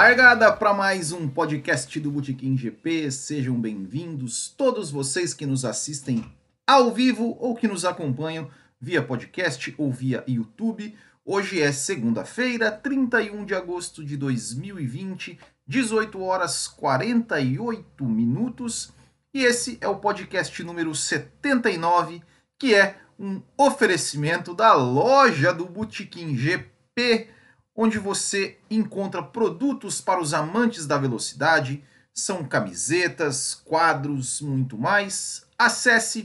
Largada para mais um podcast do Botequim GP, sejam bem-vindos todos vocês que nos assistem ao vivo ou que nos acompanham via podcast ou via YouTube. Hoje é segunda-feira, 31 de agosto de 2020, 18 horas 48 minutos, e esse é o podcast número 79, que é um oferecimento da loja do Botequim GP, onde você encontra produtos para os amantes da velocidade, são camisetas, quadros, muito mais. Acesse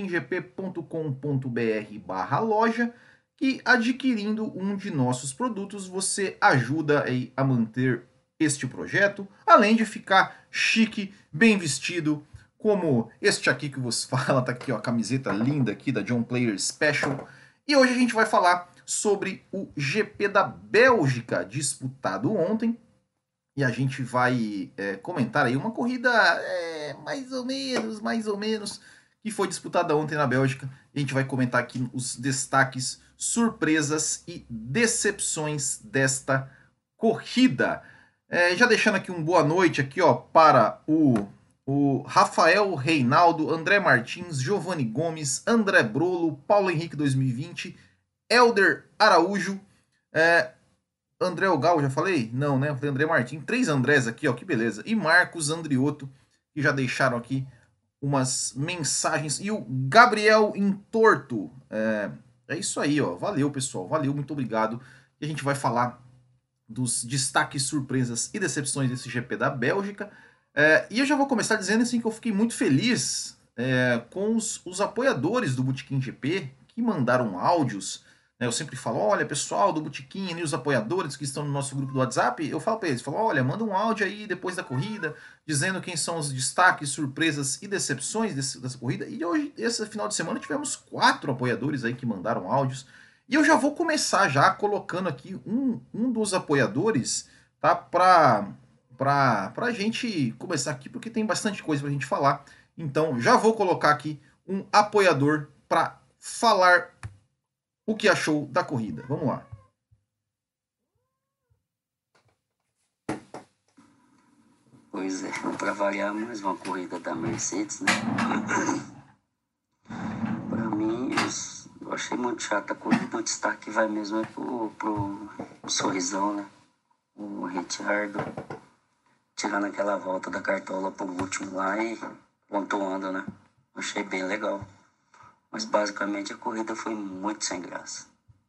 botequimgp.com.br/loja e adquirindo um de nossos produtos você ajuda aí a manter este projeto, além de ficar chique, bem vestido, como este aqui que vos fala, tá aqui ó, a camiseta linda aqui da John Player Special. E hoje a gente vai falar sobre o GP da Bélgica, disputado ontem, e a gente vai comentar aí uma corrida mais ou menos, que foi disputada ontem na Bélgica. A gente vai comentar aqui os destaques, surpresas e decepções desta corrida. Já deixando aqui uma boa noite aqui, ó, para o Rafael Reinaldo, André Martins, Giovanni Gomes, André Brolo, Paulo Henrique 2020, Elder Araújo, André Ogal, já falei? Não, né? Eu falei André Martins. 3 Andrés aqui, ó, que beleza. E Marcos Andriotto, que já deixaram aqui umas mensagens. E o Gabriel Entorto. É isso aí, ó. Valeu, pessoal. Valeu, muito obrigado. E a gente vai falar dos destaques, surpresas e decepções desse GP da Bélgica. E eu já vou começar dizendo assim que eu fiquei muito feliz com os apoiadores do Botequim GP que mandaram áudios. Eu sempre falo, olha, pessoal do Botequim, os apoiadores que estão no nosso grupo do WhatsApp, eu falo para eles, olha, manda um áudio aí depois da corrida, dizendo quem são os destaques, surpresas e decepções dessa corrida. E hoje, esse final de semana, tivemos 4 apoiadores aí que mandaram áudios. E eu já vou começar já colocando aqui um dos apoiadores, tá? Pra gente começar aqui, porque tem bastante coisa pra gente falar. Então, já vou colocar aqui um apoiador para falar o que achou da corrida. Vamos lá. Pois é, para variar, mais uma corrida da Mercedes, né? Para mim, eu achei muito chata a corrida. O destaque vai mesmo pro sorrisão, né? O Ricciardo tirando aquela volta da cartola por último lá e pontuando, né? Achei bem legal. Mas basicamente a corrida foi muito sem graça.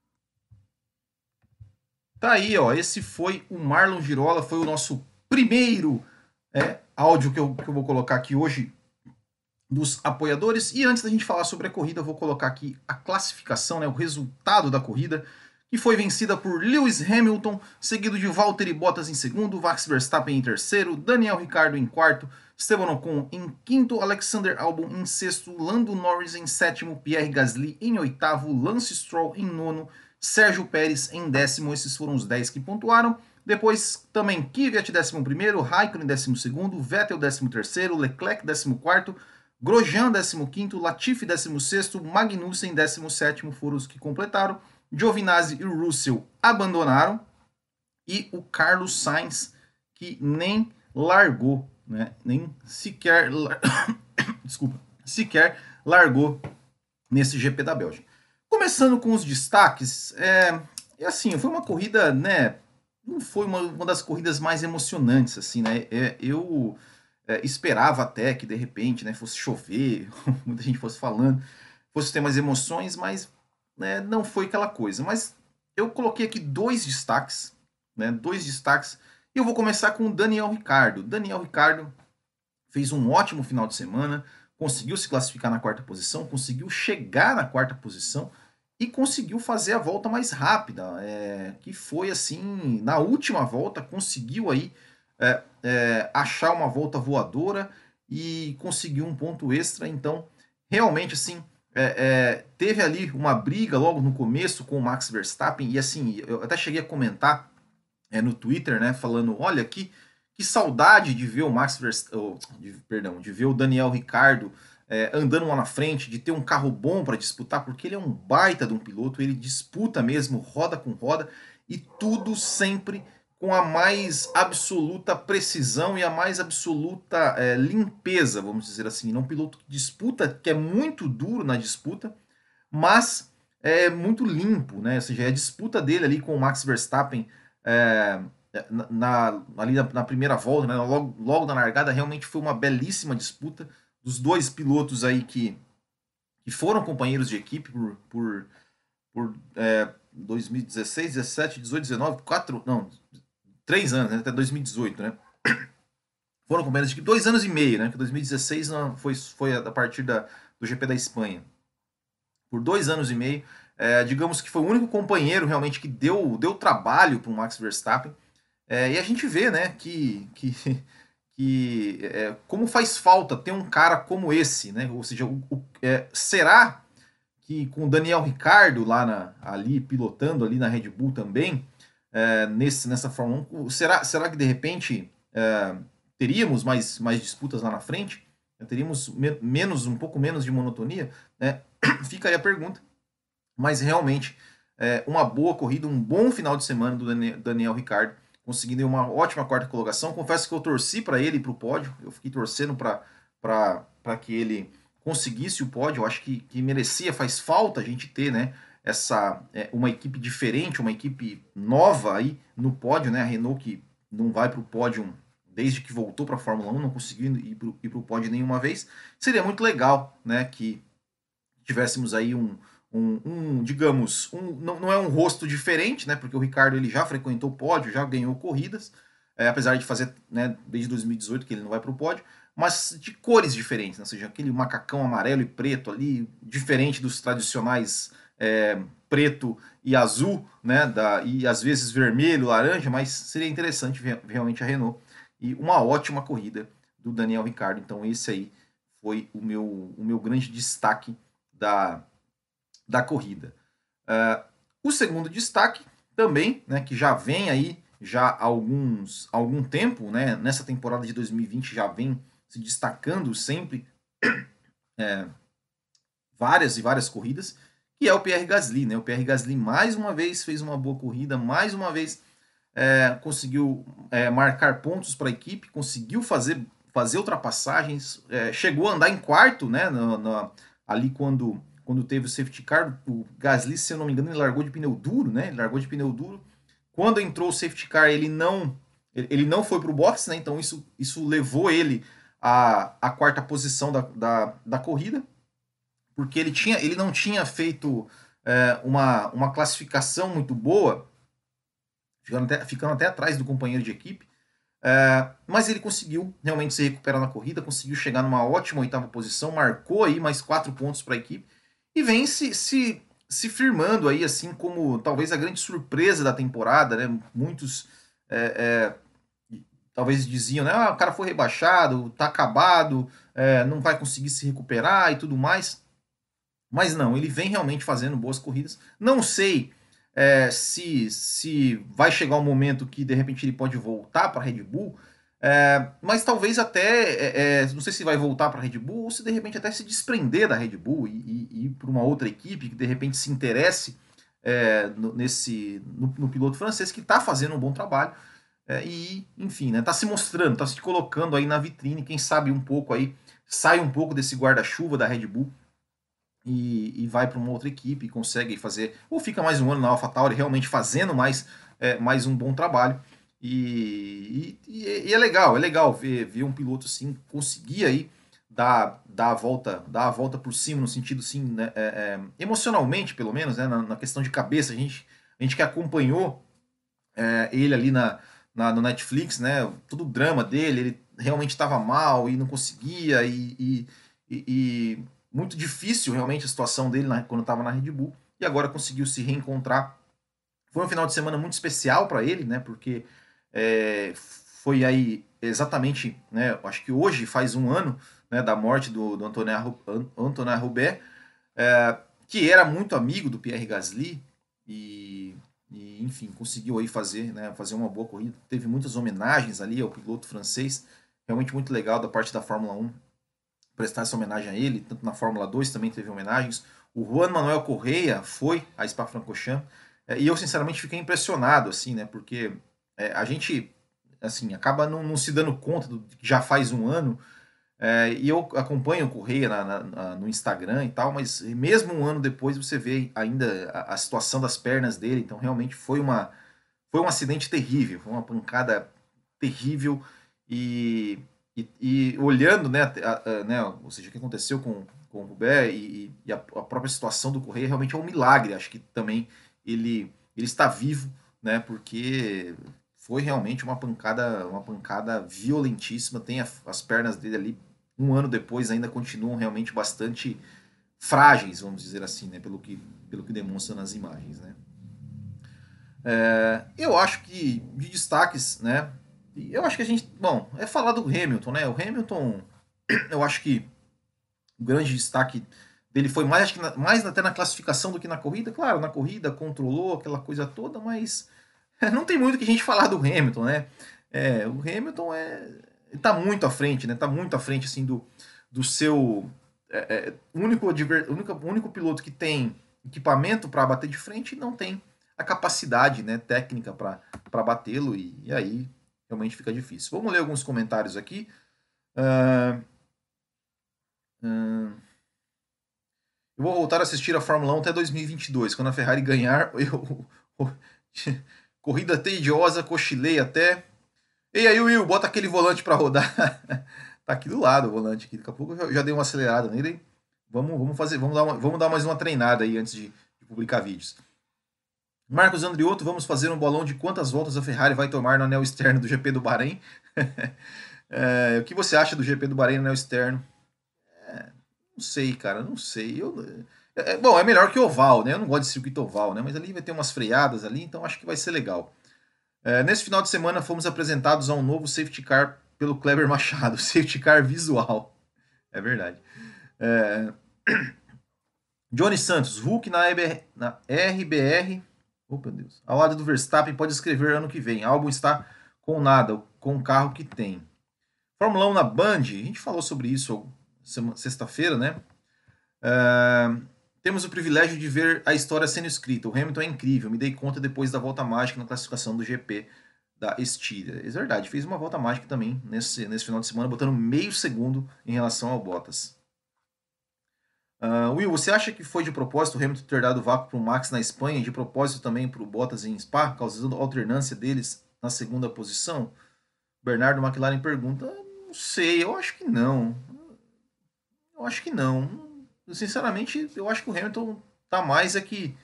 Tá aí, ó. Esse foi o Marlon Girola, foi o nosso primeiro áudio que eu vou colocar aqui hoje dos apoiadores. E antes da gente falar sobre a corrida, eu vou colocar aqui a classificação, né, o resultado da corrida, que foi vencida por Lewis Hamilton, seguido de Valtteri Bottas em segundo, Max Verstappen em terceiro, Daniel Ricciardo em quarto, Esteban Ocon em quinto, Alexander Albon em sexto, Lando Norris em sétimo, Pierre Gasly em oitavo, Lance Stroll em nono, Sérgio Pérez em décimo. Esses foram os 10 que pontuaram. Depois também Kvyat 11º, Raikkonen 12º, Vettel 13º, Leclerc 14º, Grosjean 15º, Latifi 16º, Magnussen 17º foram os que completaram. Giovinazzi e Russell abandonaram. E o Carlos Sainz, que nem largou, né? Nem sequer sequer largou nesse GP da Bélgica. Começando com os destaques, assim, foi uma corrida, né? Não foi uma das corridas mais emocionantes, assim, né? Eu esperava até que de repente, né, fosse chover, muita gente fosse falando, fosse ter mais emoções, mas né, não foi aquela coisa. Mas eu coloquei aqui 2 destaques, né? 2 destaques. E eu vou começar com o Daniel Ricciardo. Daniel Ricciardo fez um ótimo final de semana, conseguiu se classificar na 4ª posição, conseguiu chegar na 4ª posição e conseguiu fazer a volta mais rápida, que foi assim, na última volta conseguiu aí achar uma volta voadora e conseguiu um ponto extra. Então realmente assim teve ali uma briga logo no começo com o Max Verstappen, e assim, eu até cheguei a comentar no Twitter, né, falando, olha, que saudade de ver o Max Verstappen, de ver o Daniel Ricciardo andando lá na frente, de ter um carro bom para disputar, porque ele é um baita de um piloto, ele disputa mesmo, roda com roda, e tudo sempre com a mais absoluta precisão e a mais absoluta limpeza, vamos dizer assim. É um piloto que disputa, que é muito duro na disputa, mas é muito limpo, né? Ou seja, a disputa dele ali com o Max Verstappen é, ali na primeira volta, né? Logo na largada, realmente foi uma belíssima disputa dos dois pilotos aí que foram companheiros de equipe por 2016, 17, 18, 19, 4, não, 3 anos, né? Até 2018, né? Foram companheiros de equipe 2 anos e meio, né? Que 2016 não, foi a partir do GP da Espanha. Por 2 anos e meio. Digamos que foi o único companheiro realmente que deu trabalho para o Max Verstappen. E a gente vê, né, que como faz falta ter um cara como esse, né? Ou seja, será que com o Daniel Ricciardo ali pilotando ali na Red Bull também, nessa Fórmula 1, será que de repente teríamos mais disputas lá na frente? Teríamos um pouco menos de monotonia? Né? Fica aí a pergunta. Mas realmente, uma boa corrida, um bom final de semana do Daniel Ricciardo, conseguindo uma ótima quarta colocação. Confesso que eu torci para ele ir para o pódio, eu fiquei torcendo para que ele conseguisse o pódio. Eu acho que merecia, faz falta a gente ter, né, uma equipe diferente, uma equipe nova aí no pódio, né? A Renault que não vai para o pódio desde que voltou para a Fórmula 1, não conseguiu ir para o pódio nenhuma vez. Seria muito legal, né, que tivéssemos aí digamos, não é um rosto diferente, né? Porque o Ricardo ele já frequentou o pódio, já ganhou corridas, apesar de fazer, né, desde 2018 que ele não vai para o pódio, mas de cores diferentes, né? Ou seja, aquele macacão amarelo e preto ali, diferente dos tradicionais preto e azul, né? E às vezes vermelho, laranja, mas seria interessante ver realmente a Renault. E uma ótima corrida do Daniel Ricciardo. Então esse aí foi o meu grande destaque da corrida. O segundo destaque também, né, que já vem aí já há algum tempo, né, nessa temporada de 2020 já vem se destacando sempre várias e várias corridas, que é o Pierre Gasly, né? O Pierre Gasly mais uma vez fez uma boa corrida, mais uma vez conseguiu marcar pontos para a equipe, conseguiu fazer ultrapassagens, chegou a andar em quarto, né, ali quando teve o safety car. O Gasly, se eu não me engano, ele largou de pneu duro, né? Ele largou de pneu duro. Quando entrou o safety car, ele não foi para o box, né? Então isso levou ele à quarta posição da corrida, porque ele não tinha feito uma classificação muito boa, ficando até atrás do companheiro de equipe. Mas ele conseguiu realmente se recuperar na corrida, conseguiu chegar numa ótima oitava posição, marcou aí mais 4 pontos para a equipe e vem se firmando aí assim como talvez a grande surpresa da temporada, né? Muitos talvez diziam, né? O cara foi rebaixado, tá acabado, não vai conseguir se recuperar e tudo mais. Mas não, ele vem realmente fazendo boas corridas. Não sei se vai chegar um momento que de repente ele pode voltar para a Red Bull, mas talvez até, não sei se vai voltar para a Red Bull ou se de repente até se desprender da Red Bull e ir para uma outra equipe que de repente se interesse no piloto francês que está fazendo um bom trabalho. E, enfim, né, tá se mostrando, tá se colocando aí na vitrine, quem sabe um pouco aí, sai um pouco desse guarda-chuva da Red Bull e vai para uma outra equipe e consegue fazer, ou fica mais um ano na AlphaTauri realmente fazendo mais um bom trabalho. E é legal ver um piloto assim conseguir aí dar a volta por cima, no sentido assim, né, emocionalmente, pelo menos, né, na questão de cabeça. A gente que acompanhou ele ali no Netflix, né, todo o drama dele, ele realmente estava mal e não conseguia, e muito difícil realmente a situação dele quando estava na Red Bull, e agora conseguiu se reencontrar. Foi um final de semana muito especial para ele, né, porque foi aí exatamente, né, acho que hoje faz um ano, né, da morte do Antonin Roubaix, que era muito amigo do Pierre Gasly, e enfim, conseguiu aí fazer uma boa corrida. Teve muitas homenagens ali ao piloto francês, realmente muito legal da parte da Fórmula 1 prestar essa homenagem a ele, tanto na Fórmula 2 também teve homenagens. O Juan Manuel Correia foi a Spa-Francorchamps, e eu sinceramente fiquei impressionado, assim, né, porque a gente assim acaba não se dando conta do que já faz um ano. E eu acompanho o Correia no Instagram e tal, mas mesmo um ano depois você vê ainda a situação das pernas dele. Então realmente foi um acidente terrível, foi uma pancada terrível. E olhando, né, né, ou seja, o que aconteceu com o Rubé e a própria situação do Correia realmente é um milagre. Acho que também ele está vivo, né, porque foi realmente uma pancada violentíssima. Tem as pernas dele ali, um ano depois, ainda continuam realmente bastante frágeis, vamos dizer assim, né, pelo que demonstra nas imagens, né. Eu acho que de destaques, né, eu acho que a gente, bom, é falar do Hamilton, né, o Hamilton, eu acho que o grande destaque dele foi mais, acho que mais até na classificação do que na corrida. Claro, na corrida controlou aquela coisa toda, mas não tem muito que a gente falar do Hamilton, né? O Hamilton tá muito à frente, né? Tá muito à frente assim do seu único piloto que tem equipamento para bater de frente e não tem a capacidade, né, técnica para batê-lo, e aí realmente fica difícil. Vamos ler alguns comentários aqui. Eu vou voltar a assistir a Fórmula 1 até 2022, quando a Ferrari ganhar. Corrida tediosa, cochilei até. Ei aí, Will, bota aquele volante para rodar. Tá aqui do lado o volante aqui. Daqui a pouco eu já dei uma acelerada nele. Vamos dar mais uma treinada aí antes de publicar vídeos. Marcos Andriotto, vamos fazer um bolão de quantas voltas a Ferrari vai tomar no anel externo do GP do Bahrein. O que você acha do GP do Bahrein no anel externo? Não sei, cara, não sei. Bom, é melhor que oval, né? Eu não gosto de circuito oval, né? Mas ali vai ter umas freadas ali, então acho que vai ser legal. Nesse final de semana fomos apresentados a um novo safety car pelo Kleber Machado, safety car visual. É verdade. Johnny Santos, Hulk na RBR. Oh, meu Deus. Ao lado do Verstappen pode escrever ano que vem. Álbum está com nada, com o carro que tem. Fórmula 1 na Band, a gente falou sobre isso sexta-feira, né? Temos o privilégio de ver a história sendo escrita. O Hamilton é incrível. Me dei conta depois da volta mágica na classificação do GP da Estíria. É verdade, fez uma volta mágica também nesse final de semana, botando meio segundo em relação ao Bottas. Will, você acha que foi de propósito o Hamilton ter dado vácuo para o Max na Espanha e de propósito também para o Bottas em Spa, causando alternância deles na segunda posição? Bernardo McLaren pergunta. Não sei, eu acho que não. Eu acho que não. Sinceramente, eu acho que o Hamilton tá mais aqui.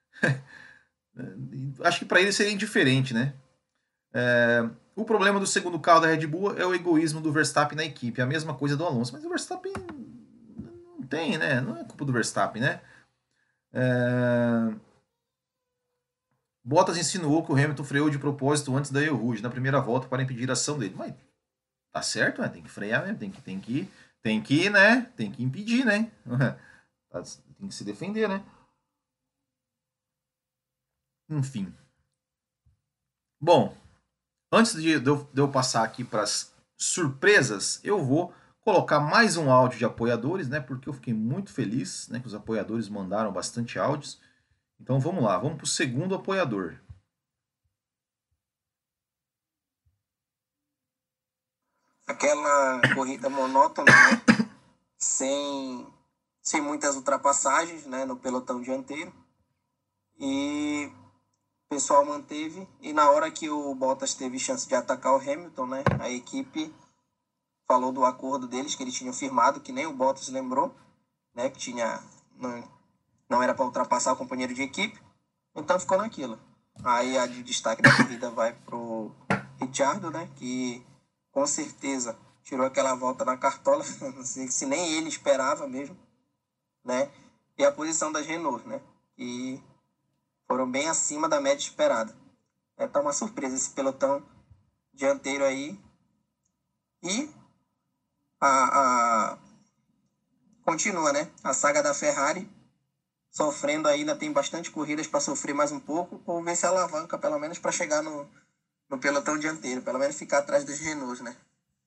Acho que para ele seria indiferente, né? O problema do segundo carro da Red Bull é o egoísmo do Verstappen na equipe. É a mesma coisa do Alonso. Mas o Verstappen não tem, né? Não é culpa do Verstappen, né? Bottas insinuou que o Hamilton freou de propósito antes da Rouge na primeira volta para impedir a ação dele. Mas tá certo, né? Tem que frear mesmo, tem que, né? Tem que impedir, né? Tem que se defender, né? Enfim. Bom, antes de eu passar aqui para as surpresas, eu vou colocar mais um áudio de apoiadores, né? Porque eu fiquei muito feliz, né? Que os apoiadores mandaram bastante áudios. Então vamos lá, vamos para o segundo apoiador. Aquela corrida monótona, né? sem muitas ultrapassagens, né, no pelotão dianteiro. E o pessoal manteve. E na hora que o Bottas teve chance de atacar o Hamilton, né, a equipe falou do acordo deles que eles tinham firmado, que nem o Bottas lembrou, né, que não era para ultrapassar o companheiro de equipe. Então ficou naquilo. Aí a de destaque da corrida vai pro Ricciardo, né, que com certeza tirou aquela volta na cartola, não sei se nem ele esperava mesmo, né? E a posição das Renault, né? E foram bem acima da média esperada. Tá uma surpresa esse pelotão dianteiro aí. E continua, né? A saga da Ferrari sofrendo ainda, tem bastante corridas para sofrer mais um pouco, ou ver se alavanca, pelo menos para chegar no pelotão dianteiro, pelo menos ficar atrás dos Renault, né?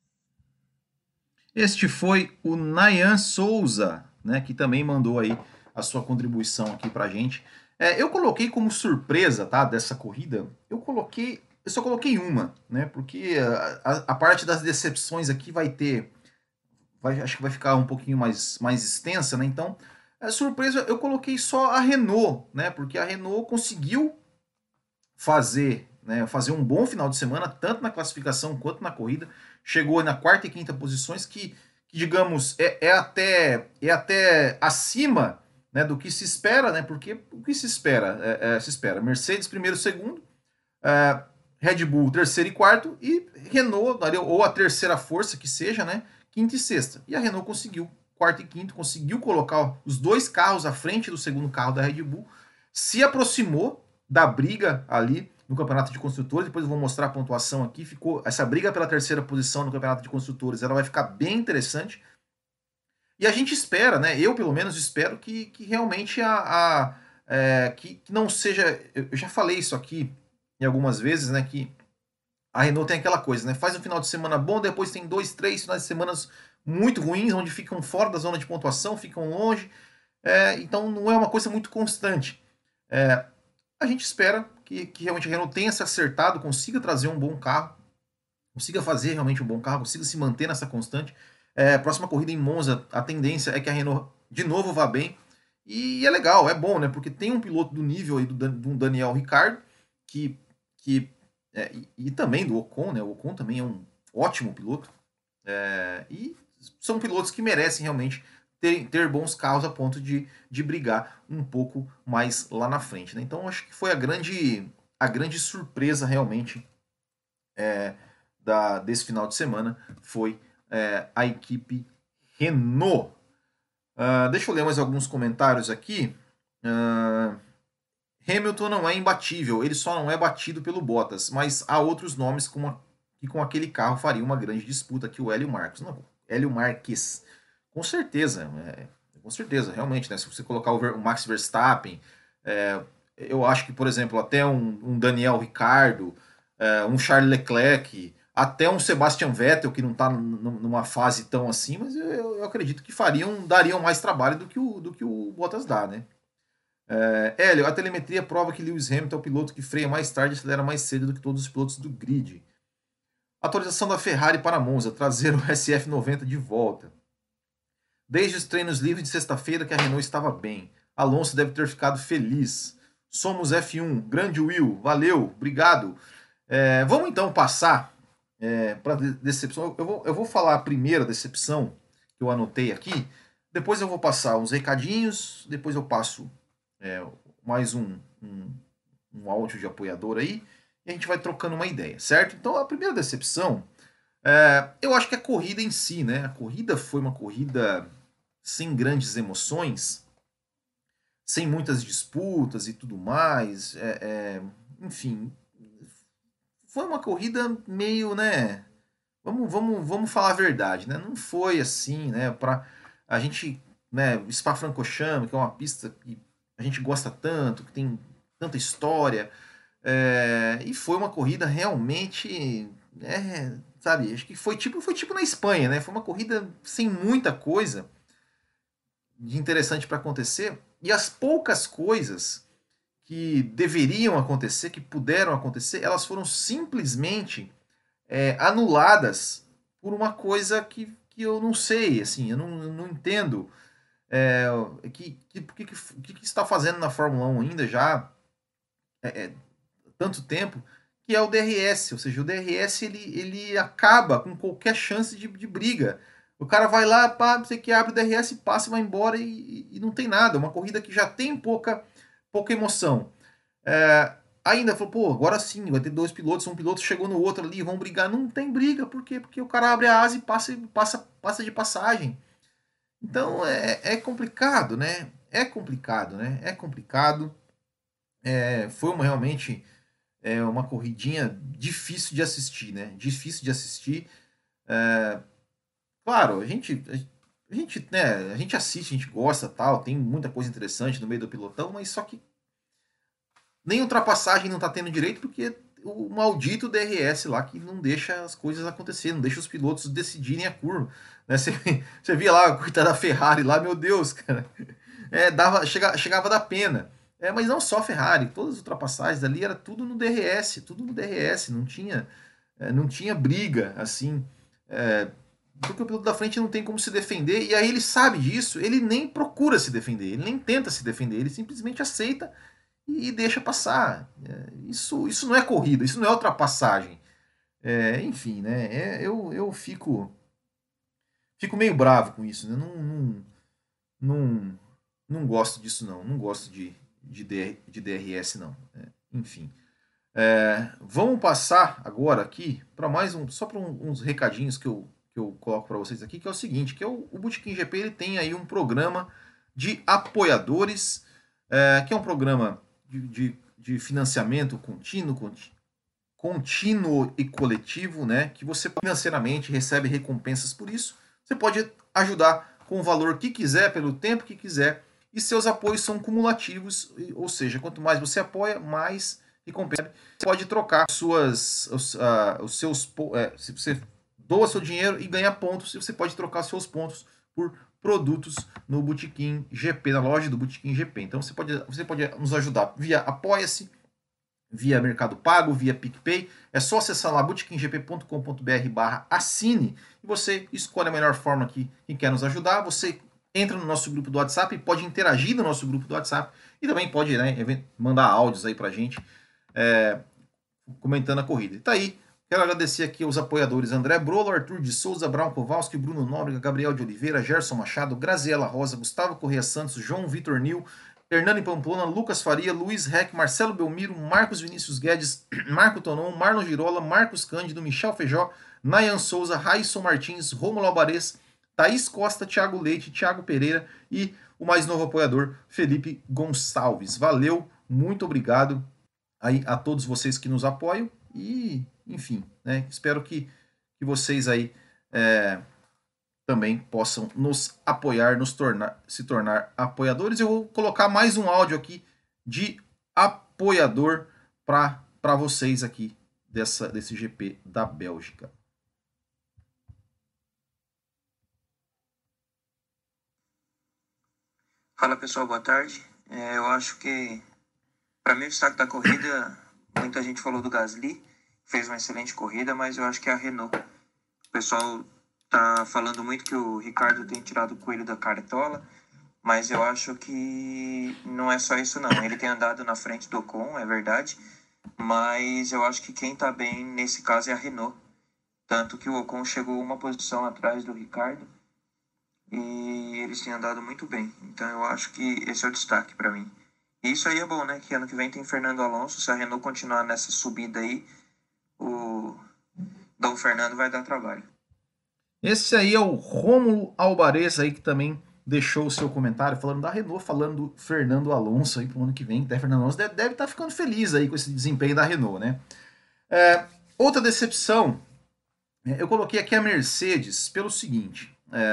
Este foi o Nayan Souza, né, que também mandou aí a sua contribuição aqui pra gente. Eu coloquei como surpresa, tá, dessa corrida, eu coloquei eu só coloquei uma, né? Porque a parte das decepções aqui acho que vai ficar um pouquinho mais extensa, né? Então, surpresa, eu coloquei só a Renault, né? Porque a Renault conseguiu fazer um bom final de semana, tanto na classificação quanto na corrida. Chegou na quarta e quinta posições, que digamos, é até acima, né, do que se espera, né? Porque o que se espera? Se espera Mercedes primeiro, segundo, é, Red Bull terceiro e quarto, e Renault, ou a terceira força que seja, né? Quinta e sexta. E a Renault conseguiu, quarto e quinto, conseguiu colocar os dois carros à frente do segundo carro da Red Bull, se aproximou da briga ali no Campeonato de Construtores. Depois eu vou mostrar a pontuação aqui. Ficou essa briga pela terceira posição no Campeonato de Construtores, ela vai ficar bem interessante. E a gente espera, né? Eu pelo menos espero que realmente que não seja. Eu já falei isso aqui em algumas vezes, né? Que a Renault tem aquela coisa, né? Faz um final de semana bom, depois tem 2, 3 finais de semana muito ruins, onde ficam fora da zona de pontuação, ficam longe. Então não é uma coisa muito constante. A gente espera que realmente a Renault tenha se acertado, consiga trazer um bom carro, consiga fazer realmente um bom carro, consiga se manter nessa constante. Próxima corrida em Monza, a tendência é que a Renault de novo vá bem. E é legal, é bom, né? Porque tem um piloto do nível aí do Daniel Ricciardo, e também do Ocon, né? O Ocon também é um ótimo piloto. E são pilotos que merecem realmente ter bons carros a ponto de brigar um pouco mais lá na frente, né? Então acho que foi a grande surpresa realmente desse final de semana foi a equipe Renault. Deixa eu ler mais alguns comentários aqui. Hamilton não é imbatível, ele só não é batido pelo Bottas, mas há outros nomes que com aquele carro faria uma grande disputa, que o Hélio Marques. Não, Hélio Marques, com certeza, realmente, né? Se você colocar o Max Verstappen, eu acho que, por exemplo, até um Daniel Ricciardo, um Charles Leclerc, até um Sebastian Vettel, que não está numa fase tão assim, mas eu acredito que dariam mais trabalho do que o Bottas dá, né? Hélio, a telemetria prova que Lewis Hamilton é o piloto que freia mais tarde e acelera mais cedo do que todos os pilotos do grid. Atualização da Ferrari para Monza, trazer o SF90 de volta. Desde os treinos livres de sexta-feira que a Renault estava bem. Alonso deve ter ficado feliz. Somos F1, grande Will, valeu, obrigado. Vamos então passar para a decepção. Eu vou falar a primeira decepção que eu anotei aqui, depois eu vou passar uns recadinhos, depois eu passo mais um áudio de apoiador aí, e a gente vai trocando uma ideia, certo? Então a primeira decepção, eu acho que a corrida em si, né? A corrida foi uma corrida sem grandes emoções, sem muitas disputas e tudo mais, enfim, foi uma corrida meio, né? Vamos falar a verdade, né? Não foi assim, né? Para a gente, né? Spa-Francorchamps, que é uma pista que a gente gosta tanto, que tem tanta história, e foi uma corrida realmente, sabe? Acho que foi tipo na Espanha, né? Foi uma corrida sem muita coisa de interessante para acontecer, e as poucas coisas que deveriam acontecer, que puderam acontecer, elas foram simplesmente anuladas por uma coisa que eu não sei, assim, eu não entendo que está fazendo na Fórmula 1 ainda já tanto tempo, que é o DRS, ou seja, o DRS ele acaba com qualquer chance de briga. O cara vai lá, pá, você que abre o DRS, passa e vai embora e não tem nada. Uma corrida que já tem pouca emoção. Ainda falou, pô, agora sim, vai ter dois pilotos, um piloto chegou no outro ali, vão brigar. Não tem briga, por quê? Porque o cara abre a asa e passa de passagem. Então é complicado, né? É complicado, né? É complicado. Foi realmente uma corridinha difícil de assistir, né? Difícil de assistir. Claro, né, a gente assiste, a gente gosta, tal, tem muita coisa interessante no meio do pelotão, mas só que nem ultrapassagem não tá tendo direito porque o maldito DRS lá que não deixa as coisas acontecerem, não deixa os pilotos decidirem a curva. Né? Você via lá a coitada da Ferrari lá, meu Deus, cara. Chegava da pena. Mas não só a Ferrari, todas as ultrapassagens ali era tudo no DRS, não tinha briga, assim, porque o piloto da frente não tem como se defender, e aí ele sabe disso, ele nem procura se defender, ele nem tenta se defender, ele simplesmente aceita e deixa passar. Isso não é corrida, isso não é ultrapassagem. Enfim, né? Eu fico meio bravo com isso, né? Não, não gosto disso, não. Não gosto de DRS, não. Enfim. Vamos passar agora aqui para mais só para uns recadinhos que eu coloco para vocês aqui, que é o seguinte, que o Botequim GP ele tem aí um programa de apoiadores, que é um programa de financiamento contínuo e coletivo, né? Que você financeiramente recebe recompensas por isso. Você pode ajudar com o valor que quiser, pelo tempo que quiser, e seus apoios são cumulativos, ou seja, quanto mais você apoia, mais recompensa. Você pode trocar os seus. Se você doa seu dinheiro e ganha pontos, você pode trocar seus pontos por produtos no Botequim GP, na loja do Botequim GP. Então você pode nos ajudar via Apoia-se, via Mercado Pago, via PicPay. É só acessar lá botequimgp.com.br/assine e você escolhe a melhor forma que quer nos ajudar. Você entra no nosso grupo do WhatsApp, pode interagir no nosso grupo do WhatsApp e também pode, né, mandar áudios aí pra gente comentando a corrida. E tá aí. Quero agradecer aqui aos apoiadores André Brolo, Arthur de Souza, Brown Kowalski, Bruno Nóbrega, Gabriel de Oliveira, Gerson Machado, Graziela Rosa, Gustavo Correia Santos, João Vitor Nil, Hernani Pamplona, Lucas Faria, Luiz Reck, Marcelo Belmiro, Marcos Vinícius Guedes, Marco Tonon, Marlon Girola, Marcos Cândido, Michel Feijó, Nayan Souza, Raisson Martins, Romulo Alvarez, Thaís Costa, Thiago Leite, Thiago Pereira e o mais novo apoiador, Felipe Gonçalves. Valeu, muito obrigado aí a todos vocês que nos apoiam e, enfim, né, espero que vocês aí também possam nos apoiar, se tornar apoiadores. Eu vou colocar mais um áudio aqui de apoiador para vocês aqui desse GP da Bélgica. Fala pessoal, boa tarde. Eu acho que, para mim, o destaque da corrida, muita gente falou do Gasly, fez uma excelente corrida, mas eu acho que é a Renault. O pessoal tá falando muito que o Ricardo tem tirado o coelho da cartola, mas eu acho que não é só isso não. Ele tem andado na frente do Ocon, é verdade, mas eu acho que quem tá bem nesse caso é a Renault. Tanto que o Ocon chegou uma posição atrás do Ricardo e eles têm andado muito bem. Então eu acho que esse é o destaque para mim. E isso aí é bom, né? Que ano que vem tem Fernando Alonso. Se a Renault continuar nessa subida aí, o Dom Fernando vai dar trabalho. Esse aí é o Rômulo Alvarez aí, que também deixou o seu comentário falando da Renault, falando do Fernando Alonso aí pro ano que vem. Até Fernando Alonso deve estar ficando feliz aí com esse desempenho da Renault, né? Outra decepção, eu coloquei aqui a Mercedes pelo seguinte.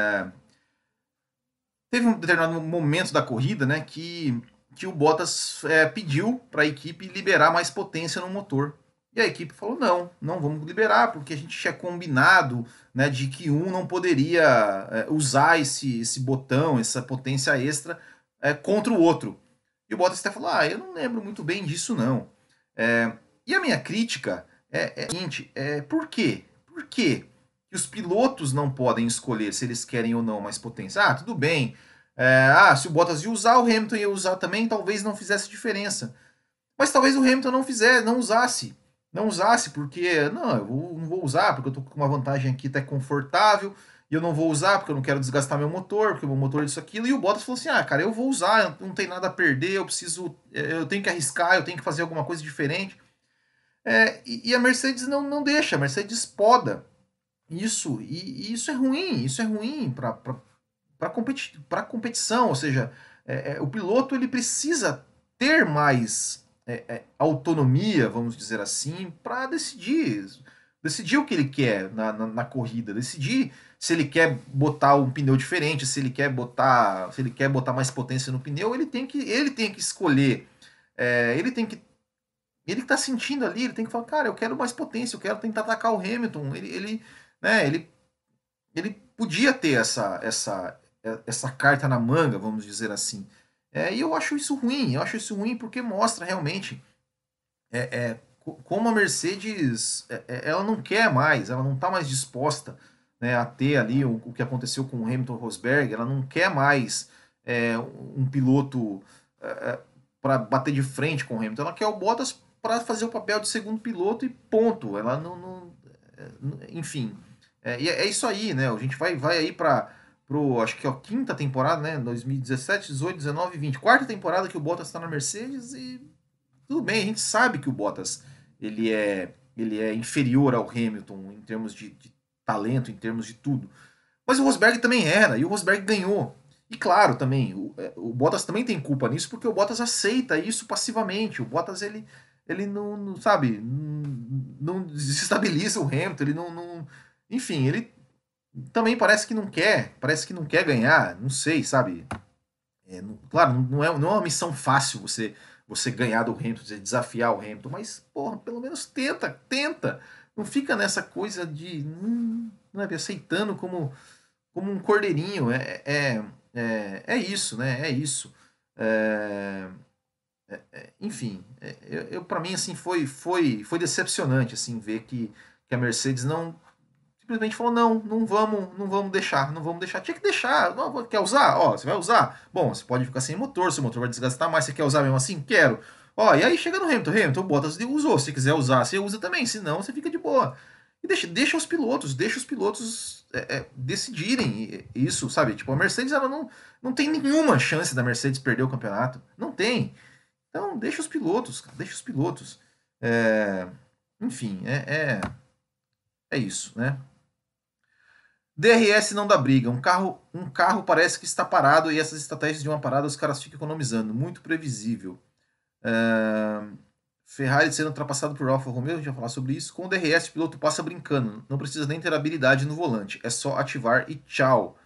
Teve um determinado momento da corrida, né, que o Bottas pediu para a equipe liberar mais potência no motor. E a equipe falou, não vamos liberar, porque a gente tinha combinado, né, de que um não poderia usar esse botão, essa potência extra, contra o outro. E o Bottas até falou, eu não lembro muito bem disso, não. E a minha crítica é a seguinte, por quê? Por quê que os pilotos não podem escolher se eles querem ou não mais potência? Tudo bem. Se o Bottas ia usar, o Hamilton ia usar também, talvez não fizesse diferença. Mas talvez o Hamilton não usasse. Não usasse, porque eu não vou usar, porque eu tô com uma vantagem aqui até confortável, e eu não vou usar porque eu não quero desgastar meu motor, porque o meu motor é isso, aquilo. E o Bottas falou assim: cara, eu vou usar, não tem nada a perder, eu tenho que arriscar, eu tenho que fazer alguma coisa diferente. E a Mercedes não deixa, a Mercedes poda isso, e isso é ruim para competição, ou seja, o piloto ele precisa ter mais autonomia, vamos dizer assim, para decidir o que ele quer na corrida, decidir se ele quer botar um pneu diferente, se ele quer botar mais potência no pneu, ele tem que escolher, ele que tá sentindo ali, ele tem que falar, cara, eu quero mais potência, eu quero tentar atacar o Hamilton, ele podia ter essa carta na manga, vamos dizer assim. E eu acho isso ruim porque mostra realmente como a Mercedes ela não quer mais, ela não está mais disposta, né, a ter ali o que aconteceu com o Hamilton Rosberg, ela não quer mais um piloto para bater de frente com o Hamilton, ela quer o Bottas para fazer o papel de segundo piloto e ponto. Ela enfim, e é isso aí, né? A gente vai aí para acho que é a quinta temporada, né? 2017, 18, 19, 20, quarta temporada que o Bottas está na Mercedes e tudo bem, a gente sabe que o Bottas ele é inferior ao Hamilton em termos de talento, em termos de tudo. Mas o Rosberg também era, e o Rosberg ganhou. E claro, também, o Bottas também tem culpa nisso, porque o Bottas aceita isso passivamente. O Bottas, ele não sabe, não desestabiliza o Hamilton, ele não. Enfim, ele também parece que não quer ganhar, não sei, sabe? Claro, não é uma missão fácil você ganhar do Hamilton, você desafiar o Hamilton, mas, porra, pelo menos tenta. Não fica nessa coisa de não é, aceitando como um cordeirinho. É isso, né? É isso. É, enfim, para mim assim foi decepcionante assim ver que a Mercedes não simplesmente falou não vamos deixar, não vamos deixar. Tinha que deixar. Não, quer usar? Ó, você vai usar? Bom, você pode ficar sem motor, seu motor vai desgastar mais. Você quer usar mesmo assim? Quero. Ó, e aí chega no Hamilton, Bottas usou. Se quiser usar, você usa também. Se não, você fica de boa. E deixa os pilotos decidirem isso, sabe? Tipo, a Mercedes ela não tem nenhuma chance da Mercedes perder o campeonato. Não tem. Então, deixa os pilotos, cara, deixa os pilotos. É, enfim, é isso, né? DRS não dá briga. Um carro parece que está parado e essas estratégias de uma parada os caras ficam economizando. Muito previsível. Ferrari sendo ultrapassado por Alfa Romeo, a gente vai falar sobre isso. Com o DRS, o piloto passa brincando. Não precisa nem ter habilidade no volante. É só ativar e tchau.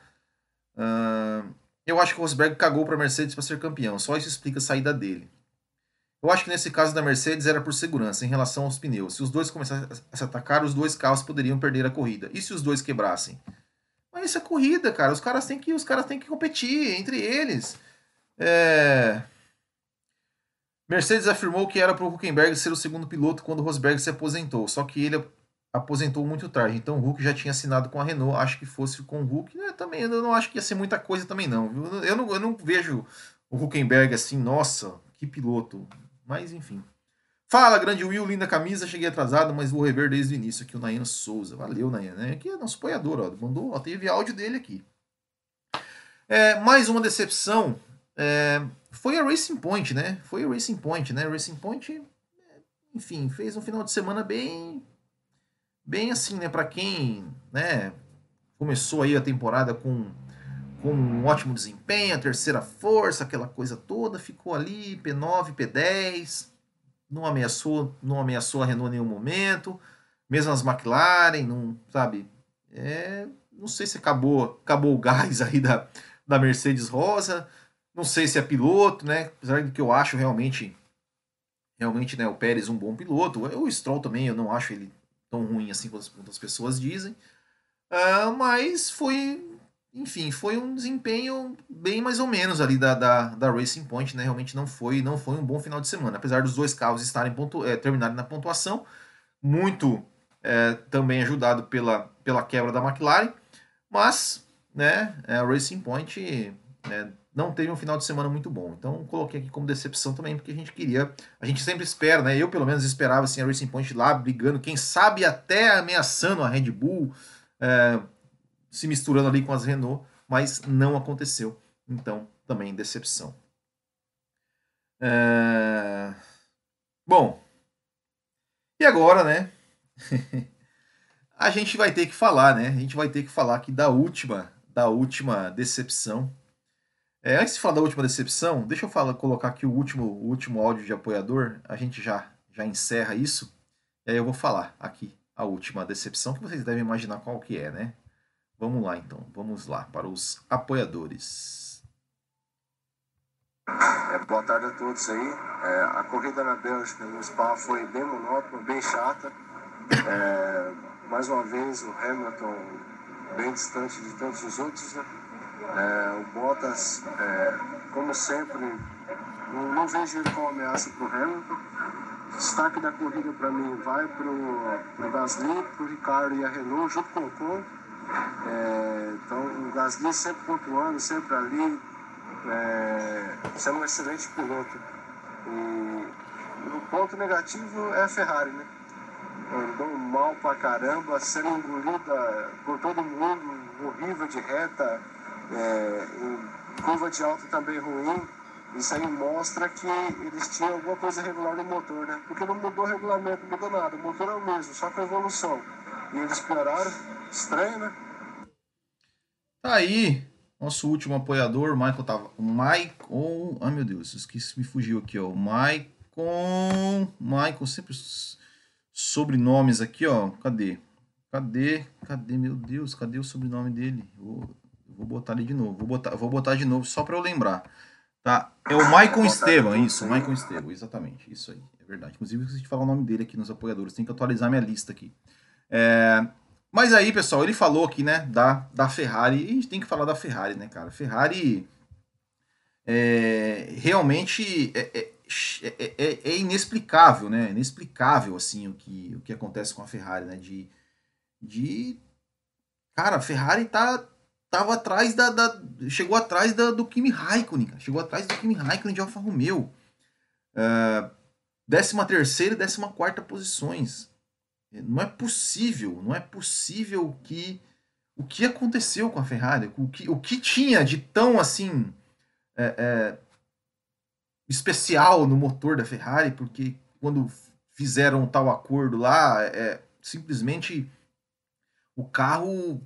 Eu acho que o Rosberg cagou para a Mercedes para ser campeão. Só isso explica a saída dele. Eu acho que nesse caso da Mercedes era por segurança em relação aos pneus. Se os dois começassem a se atacar, os dois carros poderiam perder a corrida. E se os dois quebrassem? Mas isso é corrida, cara. Os caras têm que competir entre eles. É... Mercedes afirmou que era para o Huckenberg ser o segundo piloto quando o Rosberg se aposentou. Só que ele aposentou muito tarde. Então o Huck já tinha assinado com a Renault. Acho que fosse com o Huck. Também, eu não acho que ia ser muita coisa também, não. Eu não vejo o Huckenberg assim, nossa, que piloto. Mas enfim. Fala, grande Will, linda camisa. Cheguei atrasado, mas vou rever desde o início aqui o Nayan Souza. Valeu, Nayan. Né? Aqui é nosso apoiador, ó. Mandou, ó, teve áudio dele aqui. Mais uma decepção foi a Racing Point, né? Foi a Racing Point, né? Racing Point, enfim, fez um final de semana bem assim, né? Para quem, né? Começou aí a temporada com um ótimo desempenho, a terceira força, aquela coisa toda, ficou ali P9, P10, não ameaçou a Renault em nenhum momento, mesmo as McLaren, não, sabe? Não sei se acabou o gás aí da Mercedes Rosa, não sei se é piloto, né? Apesar de que eu acho realmente, né, o Pérez um bom piloto. O Stroll também, eu não acho ele tão ruim assim quanto as pessoas dizem. Mas enfim, foi um desempenho bem mais ou menos ali da Racing Point, né? Realmente não foi um bom final de semana. Apesar dos dois carros estarem terminarem na pontuação, muito também ajudado pela quebra da McLaren, mas né, a Racing Point não teve um final de semana muito bom. Então coloquei aqui como decepção também, porque a gente sempre espera, né? Eu pelo menos esperava assim, a Racing Point lá brigando, quem sabe até ameaçando a Red Bull, se misturando ali com as Renault, mas não aconteceu. Então também decepção. Bom, e agora, né? A gente vai ter que falar, né? A gente vai ter que falar aqui da última decepção. Antes de falar da última decepção, deixa eu colocar aqui o último áudio de apoiador. A gente já encerra isso. E aí eu vou falar aqui a última decepção, que vocês devem imaginar qual que é, né? Vamos lá, então. Vamos lá para os apoiadores. Boa tarde a todos aí. A corrida na Bélgica, no Spa, foi bem monótona, bem chata. Mais uma vez, o Hamilton bem distante de todos os outros, né? O Bottas como sempre, não vejo ele como ameaça para o Hamilton. O destaque da corrida para mim vai para o Gasly, para o Ricardo e a Renault, junto com o Ocon. Então, o Gasly sempre pontuando, sempre ali, sendo um excelente piloto. O ponto negativo é a Ferrari, né? Andou mal pra caramba, sendo engolida por todo mundo, horrível de reta, em curva de alta também ruim. Isso aí mostra que eles tinham alguma coisa irregular no motor, né? Porque não mudou o regulamento, não mudou nada, o motor é o mesmo, só com evolução. E eles pioraram, estranho, né? Tá aí, nosso último apoiador, Michael tava. Ai meu Deus, esqueci, me fugiu aqui, ó. Michael, sempre sobrenomes aqui, ó. Cadê, meu Deus, cadê o sobrenome dele? Vou botar ali de novo. Vou botar de novo só para eu lembrar. Tá? É o Michael Esteban, isso, Michael Esteban, exatamente. Isso aí, é verdade. Inclusive, eu esqueci de falar o nome dele aqui nos apoiadores. Tem que atualizar minha lista aqui. Mas aí, pessoal, ele falou aqui, né, da Ferrari. E a gente tem que falar da Ferrari, né, cara? Ferrari realmente é inexplicável, né? Inexplicável, assim, o que acontece com a Ferrari, né? Cara, a Ferrari tava atrás chegou atrás do Kimi Raikkonen, cara. Chegou atrás do Kimi Raikkonen de Alfa Romeo. 13ª e 14ª posições. Não é possível que o que aconteceu com a Ferrari, o que tinha de tão assim especial no motor da Ferrari, porque quando fizeram tal acordo lá, simplesmente o carro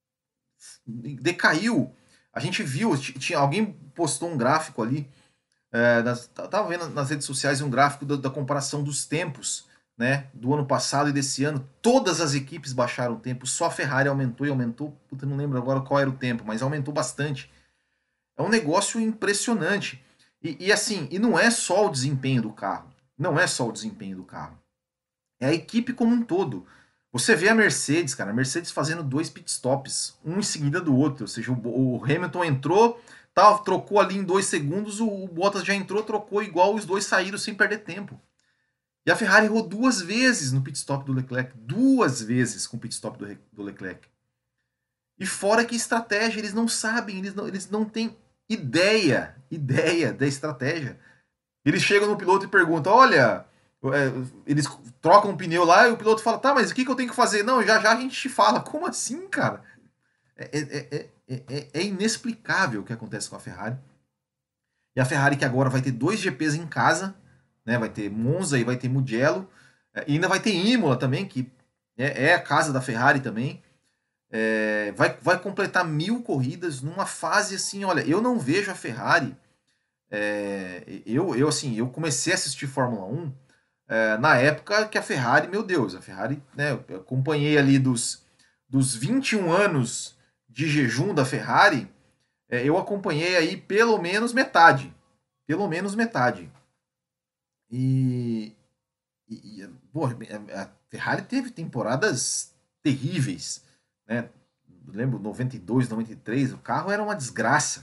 decaiu. A gente viu, alguém postou um gráfico ali, tava vendo nas redes sociais um gráfico da comparação dos tempos, né, do ano passado e desse ano. Todas as equipes baixaram o tempo, só a Ferrari aumentou, puta, não lembro agora qual era o tempo, mas aumentou bastante. É um negócio impressionante. E assim, e não é só o desempenho do carro. Não é só o desempenho do carro. É a equipe como um todo. Você vê a Mercedes, cara, a Mercedes fazendo 2 pitstops, um em seguida do outro. Ou seja, o Hamilton entrou, trocou ali em 2 segundos, o Bottas já entrou, trocou igual, os dois saíram sem perder tempo. E a Ferrari errou 2 vezes no pitstop do Leclerc. 2 vezes com o pitstop do Leclerc. E fora que estratégia, eles não sabem, eles não têm ideia da estratégia. Eles chegam no piloto e perguntam, olha, eles trocam um pneu lá e o piloto fala, tá, mas o que eu tenho que fazer? Não, já a gente te fala. Como assim, cara? É inexplicável o que acontece com a Ferrari. E a Ferrari que agora vai ter 2 GPs em casa, né? Vai ter Monza e vai ter Mugello. E ainda vai ter Imola também, que é a casa da Ferrari também. Vai completar 1000 corridas numa fase assim, olha, eu não vejo a Ferrari. Eu comecei a assistir Fórmula 1 na época que a Ferrari, meu Deus, a Ferrari, né, eu acompanhei ali dos 21 anos de jejum da Ferrari, eu acompanhei aí pelo menos metade. Pô, a Ferrari teve temporadas terríveis, né? Eu lembro 92, 93, o carro era uma desgraça.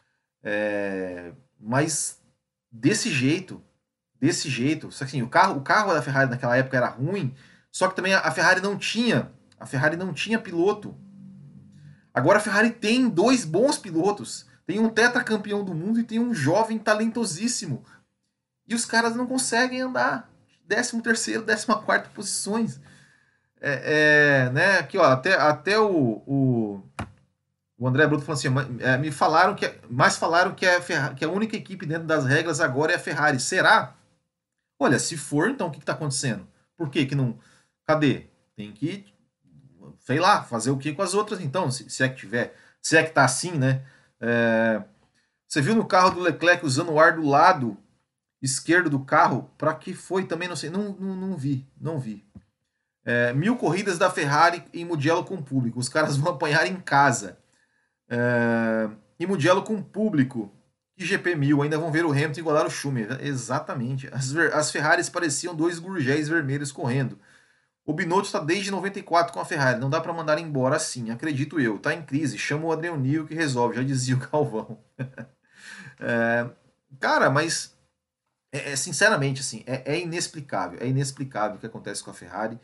Mas desse jeito, só que assim, o carro da Ferrari naquela época era ruim, só que também a Ferrari não tinha piloto. Agora a Ferrari tem 2 bons pilotos, tem um tetracampeão do mundo e tem um jovem talentosíssimo. E os caras não conseguem andar. 13º, 14ª posições. Né? Aqui, ó, até o André Bruto falou assim, me falaram que a única equipe dentro das regras agora é a Ferrari. Será? Olha, se for, então o que está acontecendo? Por que não... Cadê? Tem que, sei lá, fazer o que com as outras então, se é que tiver, se é que tá assim, né? Você viu no carro do Leclerc usando o ar do lado esquerdo do carro? Para que foi também, não sei, não vi. 1000 corridas da Ferrari em Mugello com público. Os caras vão apanhar em casa. Em Mugello com público. Que GP 1000. Ainda vão ver o Hamilton igualar o Schumacher. Exatamente. As Ferraris pareciam 2 gurgéis vermelhos correndo. O Binotto está desde 94 com a Ferrari. Não dá para mandar embora assim. Acredito eu. Tá em crise. Chama o Adrian Newey que resolve. Já dizia o Calvão. Cara, mas sinceramente, assim, é inexplicável o que acontece com a Ferrari.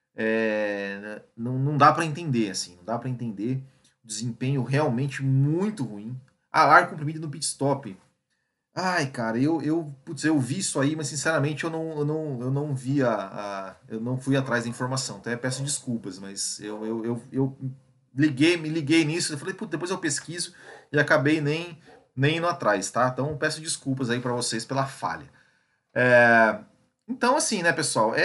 Não dá para entender, assim, não dá para entender. Desempenho realmente muito ruim. Ar comprimido no pit stop. Ai, cara, putz, eu vi isso aí, mas sinceramente eu não vi eu não fui atrás da informação. Até peço desculpas, mas eu me liguei nisso, eu falei, putz, depois eu pesquiso e acabei nem indo atrás, tá? Então peço desculpas aí para vocês pela falha. Então, assim, né, pessoal,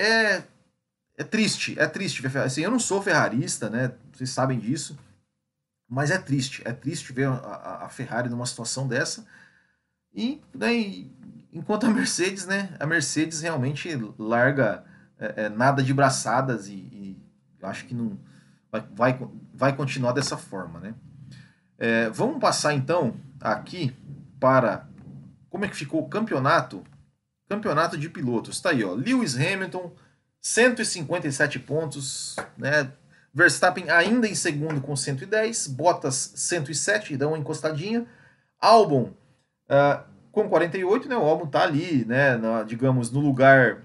é triste, assim, eu não sou ferrarista, né? Vocês sabem disso, mas é triste ver a Ferrari numa situação dessa. E daí, enquanto a Mercedes, né? A Mercedes realmente larga nada de braçadas e acho que não vai continuar dessa forma, né? Vamos passar então aqui para como é que ficou o campeonato de pilotos. Tá aí, ó. Lewis Hamilton, 157 pontos, né? Verstappen ainda em segundo com 110, Bottas 107, dá uma encostadinha. Albon com 48, né? O Albon tá ali, né? Digamos, no lugar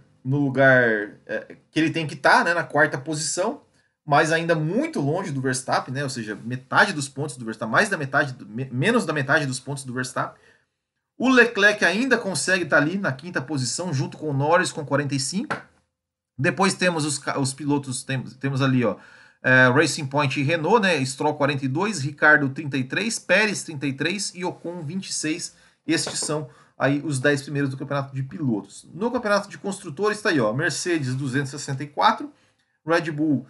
que ele tem que estar, né? Na quarta posição, mas ainda muito longe do Verstappen, né? Ou seja, metade dos pontos do Verstappen, menos da metade dos pontos do Verstappen. O Leclerc ainda consegue estar ali na quinta posição, junto com o Norris com 45. Depois temos os pilotos, temos ali, ó, Racing Point e Renault, né? Stroll 42, Ricardo 33, Pérez 33 e Ocon 26. Estes são aí os 10 primeiros do campeonato de pilotos. No campeonato de construtores está aí, ó, Mercedes 264, Red Bull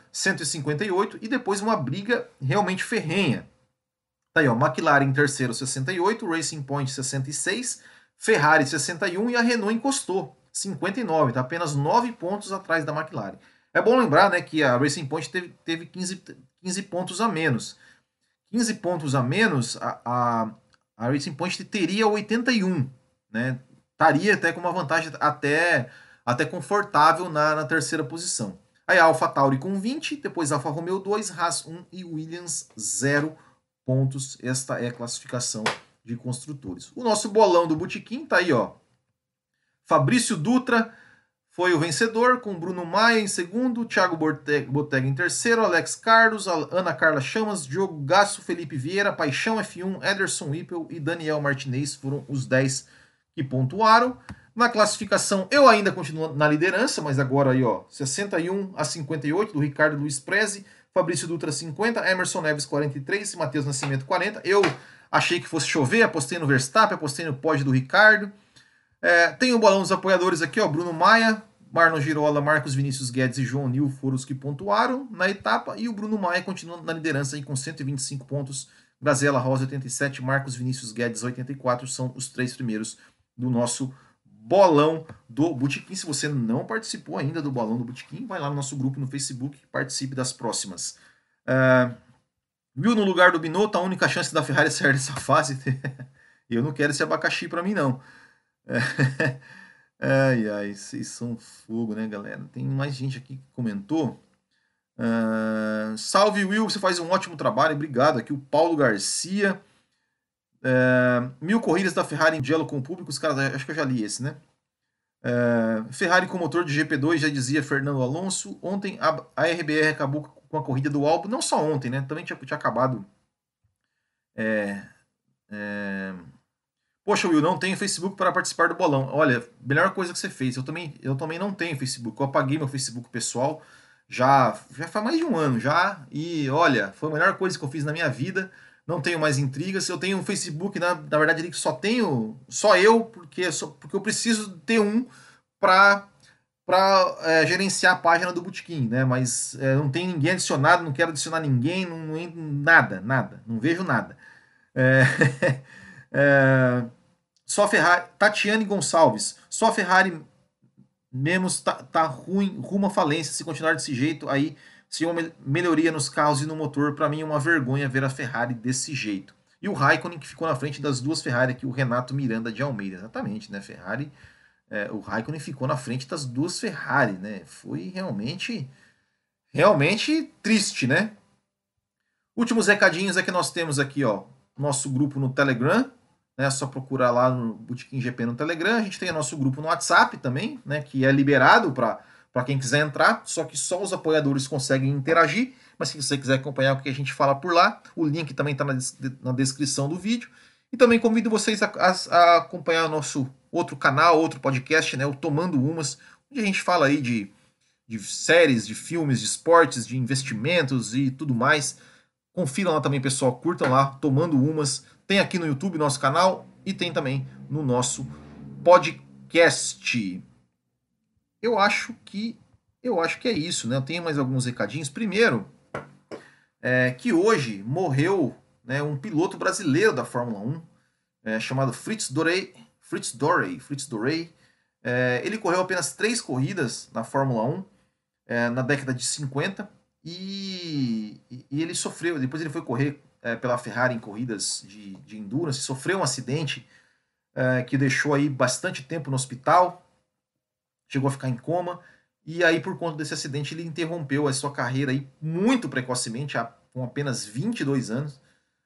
158 e depois uma briga realmente ferrenha. Tá aí, ó, McLaren em terceiro 68, Racing Point 66, Ferrari 61 e a Renault encostou 59, tá apenas 9 pontos atrás da McLaren. É bom lembrar, né, que a Racing Point teve 15 pontos a menos. 15 pontos a menos, a Racing Point teria 81, né? Estaria até com uma vantagem até confortável na terceira posição. Aí a AlphaTauri com 20, depois Alfa Romeo 2, Haas 1 e Williams 0 pontos. Esta é a classificação de construtores. O nosso bolão do Botequim tá aí, ó. Fabrício Dutra foi o vencedor, com Bruno Maia em segundo, Thiago Botega em terceiro, Alex Carlos, Ana Carla Chamas, Diogo Gasso, Felipe Vieira, Paixão F1, Ederson Whipple e Daniel Martinez foram os 10 que pontuaram. Na classificação, eu ainda continuo na liderança, mas agora aí, ó, 61 a 58 do Ricardo Luiz Prezi, Fabrício Dutra 50, Emerson Neves 43 e Matheus Nascimento 40. Eu achei que fosse chover, apostei no Verstappen, apostei no pódio do Ricardo. Tem o bolão dos apoiadores aqui, ó, Bruno Maia, Marlon Girola, Marcos Vinícius Guedes e João Nil foram os que pontuaram na etapa, e o Bruno Maia continua na liderança aí com 125 pontos, Grazela Rosa 87, Marcos Vinícius Guedes 84, são os 3 primeiros do nosso bolão do Botequim. Se você não participou ainda do bolão do Botequim, vai lá no nosso grupo no Facebook e participe das próximas. Viu, no lugar do Binotto, a única chance da Ferrari sair dessa fase. Eu não quero esse abacaxi para mim, não. Ai, vocês são fogo, né, galera? Tem mais gente aqui que comentou. Salve, Will, você faz um ótimo trabalho, obrigado. Aqui o Paulo Garcia. 1000 corridas da Ferrari em duelo com o público, os caras, acho que eu já li esse, né? Ferrari com motor de GP2, já dizia Fernando Alonso. Ontem a RBR acabou com a corrida do Albon, não só ontem, né? Também tinha acabado. Poxa, Will, não tenho Facebook para participar do bolão. Olha, melhor coisa que você fez. Eu também não tenho Facebook. Eu apaguei meu Facebook pessoal já faz mais de um ano já. E olha, foi a melhor coisa que eu fiz na minha vida. Não tenho mais intrigas. Eu tenho um Facebook, na verdade, ele só tenho só eu, porque eu preciso ter um para gerenciar a página do Botequim, né? Mas não tem ninguém adicionado, não quero adicionar ninguém, nada. Não vejo nada. Só Ferrari, Tatiane Gonçalves, só a Ferrari mesmo tá ruim, rumo à falência. Se continuar desse jeito, aí se uma melhoria nos carros e no motor, para mim é uma vergonha ver a Ferrari desse jeito. E o Raikkonen, que ficou na frente das duas Ferrari aqui, o Renato Miranda de Almeida, exatamente, né? Ferrari, o Raikkonen ficou na frente das duas Ferrari, né? Foi realmente triste, né? Últimos recadinhos é que nós temos aqui, ó, nosso grupo no Telegram. né? É só procurar lá no Botequim GP no Telegram. A gente tem o nosso grupo no WhatsApp também, né? Que é liberado para quem quiser entrar, só que só os apoiadores conseguem interagir. Mas se você quiser acompanhar o que a gente fala por lá, o link também está na descrição do vídeo. E também convido vocês a acompanhar o nosso outro canal, outro podcast, né? O Tomando Umas, onde a gente fala aí de séries, de filmes, de esportes, de investimentos e tudo mais. Confiram lá também, pessoal. Curtam lá, Tomando Umas. Tem aqui no YouTube, nosso canal, e tem também no nosso podcast. Eu acho que é isso, né? Eu tenho mais alguns recadinhos. Primeiro, que hoje morreu, né, um piloto brasileiro da Fórmula 1, chamado Fritz Dorey. Ele correu apenas 3 corridas na Fórmula 1 na década de 50 e ele sofreu. Depois ele foi correr pela Ferrari em corridas de endurance, sofreu um acidente que deixou aí bastante tempo no hospital, chegou a ficar em coma. E aí, por conta desse acidente, ele interrompeu a sua carreira aí muito precocemente, com apenas 22 anos.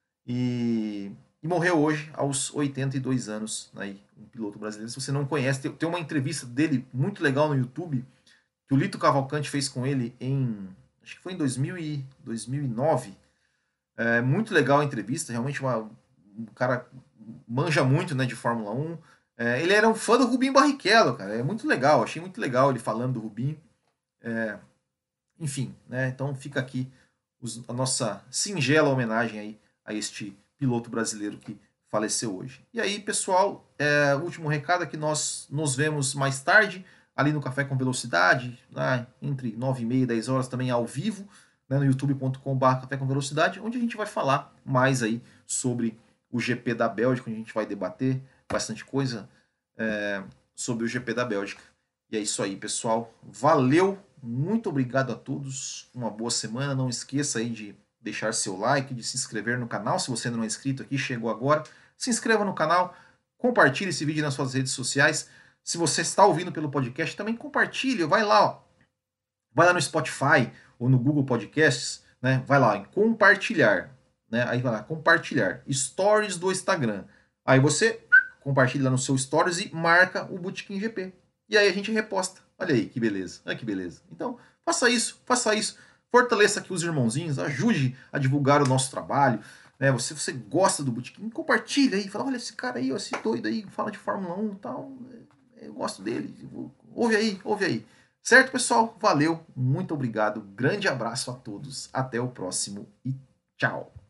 E morreu hoje, aos 82 anos. Aí, um piloto brasileiro. Se você não conhece, tem uma entrevista dele muito legal no YouTube, que o Lito Cavalcante fez com ele acho que foi em 2009. Muito legal a entrevista, realmente um cara manja muito, né, de Fórmula 1. Ele era um fã do Rubinho Barrichello, cara. É muito legal, achei muito legal ele falando do Rubinho. Enfim, né? Então fica aqui a nossa singela homenagem aí a este piloto brasileiro que faleceu hoje. E aí, pessoal, o último recado é que nós nos vemos mais tarde, ali no Café com Velocidade, né, entre 9h30 e 10 horas, também ao vivo, né, no youtube.com/Café com Velocidade, onde a gente vai falar mais aí sobre o GP da Bélgica, onde a gente vai debater bastante coisa sobre o GP da Bélgica. E é isso aí, pessoal. Valeu, muito obrigado a todos. Uma boa semana. Não esqueça aí de deixar seu like, de se inscrever no canal. Se você ainda não é inscrito aqui, chegou agora, se inscreva no canal, compartilhe esse vídeo nas suas redes sociais. Se você está ouvindo pelo podcast, também compartilhe. Vai lá, ó. Vai lá no Spotify ou no Google Podcasts, né? Vai lá em compartilhar, né? Aí vai lá, compartilhar. Stories do Instagram. Aí você compartilha lá no seu Stories e marca o Botequim GP. E aí a gente reposta. Olha aí que beleza. Olha que beleza. Então, faça isso, faça isso. Fortaleça aqui os irmãozinhos, ajude a divulgar o nosso trabalho. Né? Você gosta do Botequim, compartilha aí. Fala, olha esse cara aí, ó, esse doido aí, fala de Fórmula 1 e tal. Eu gosto dele. Ouve aí, ouve aí. Certo, pessoal? Valeu, muito obrigado. Grande abraço a todos. Até o próximo e tchau.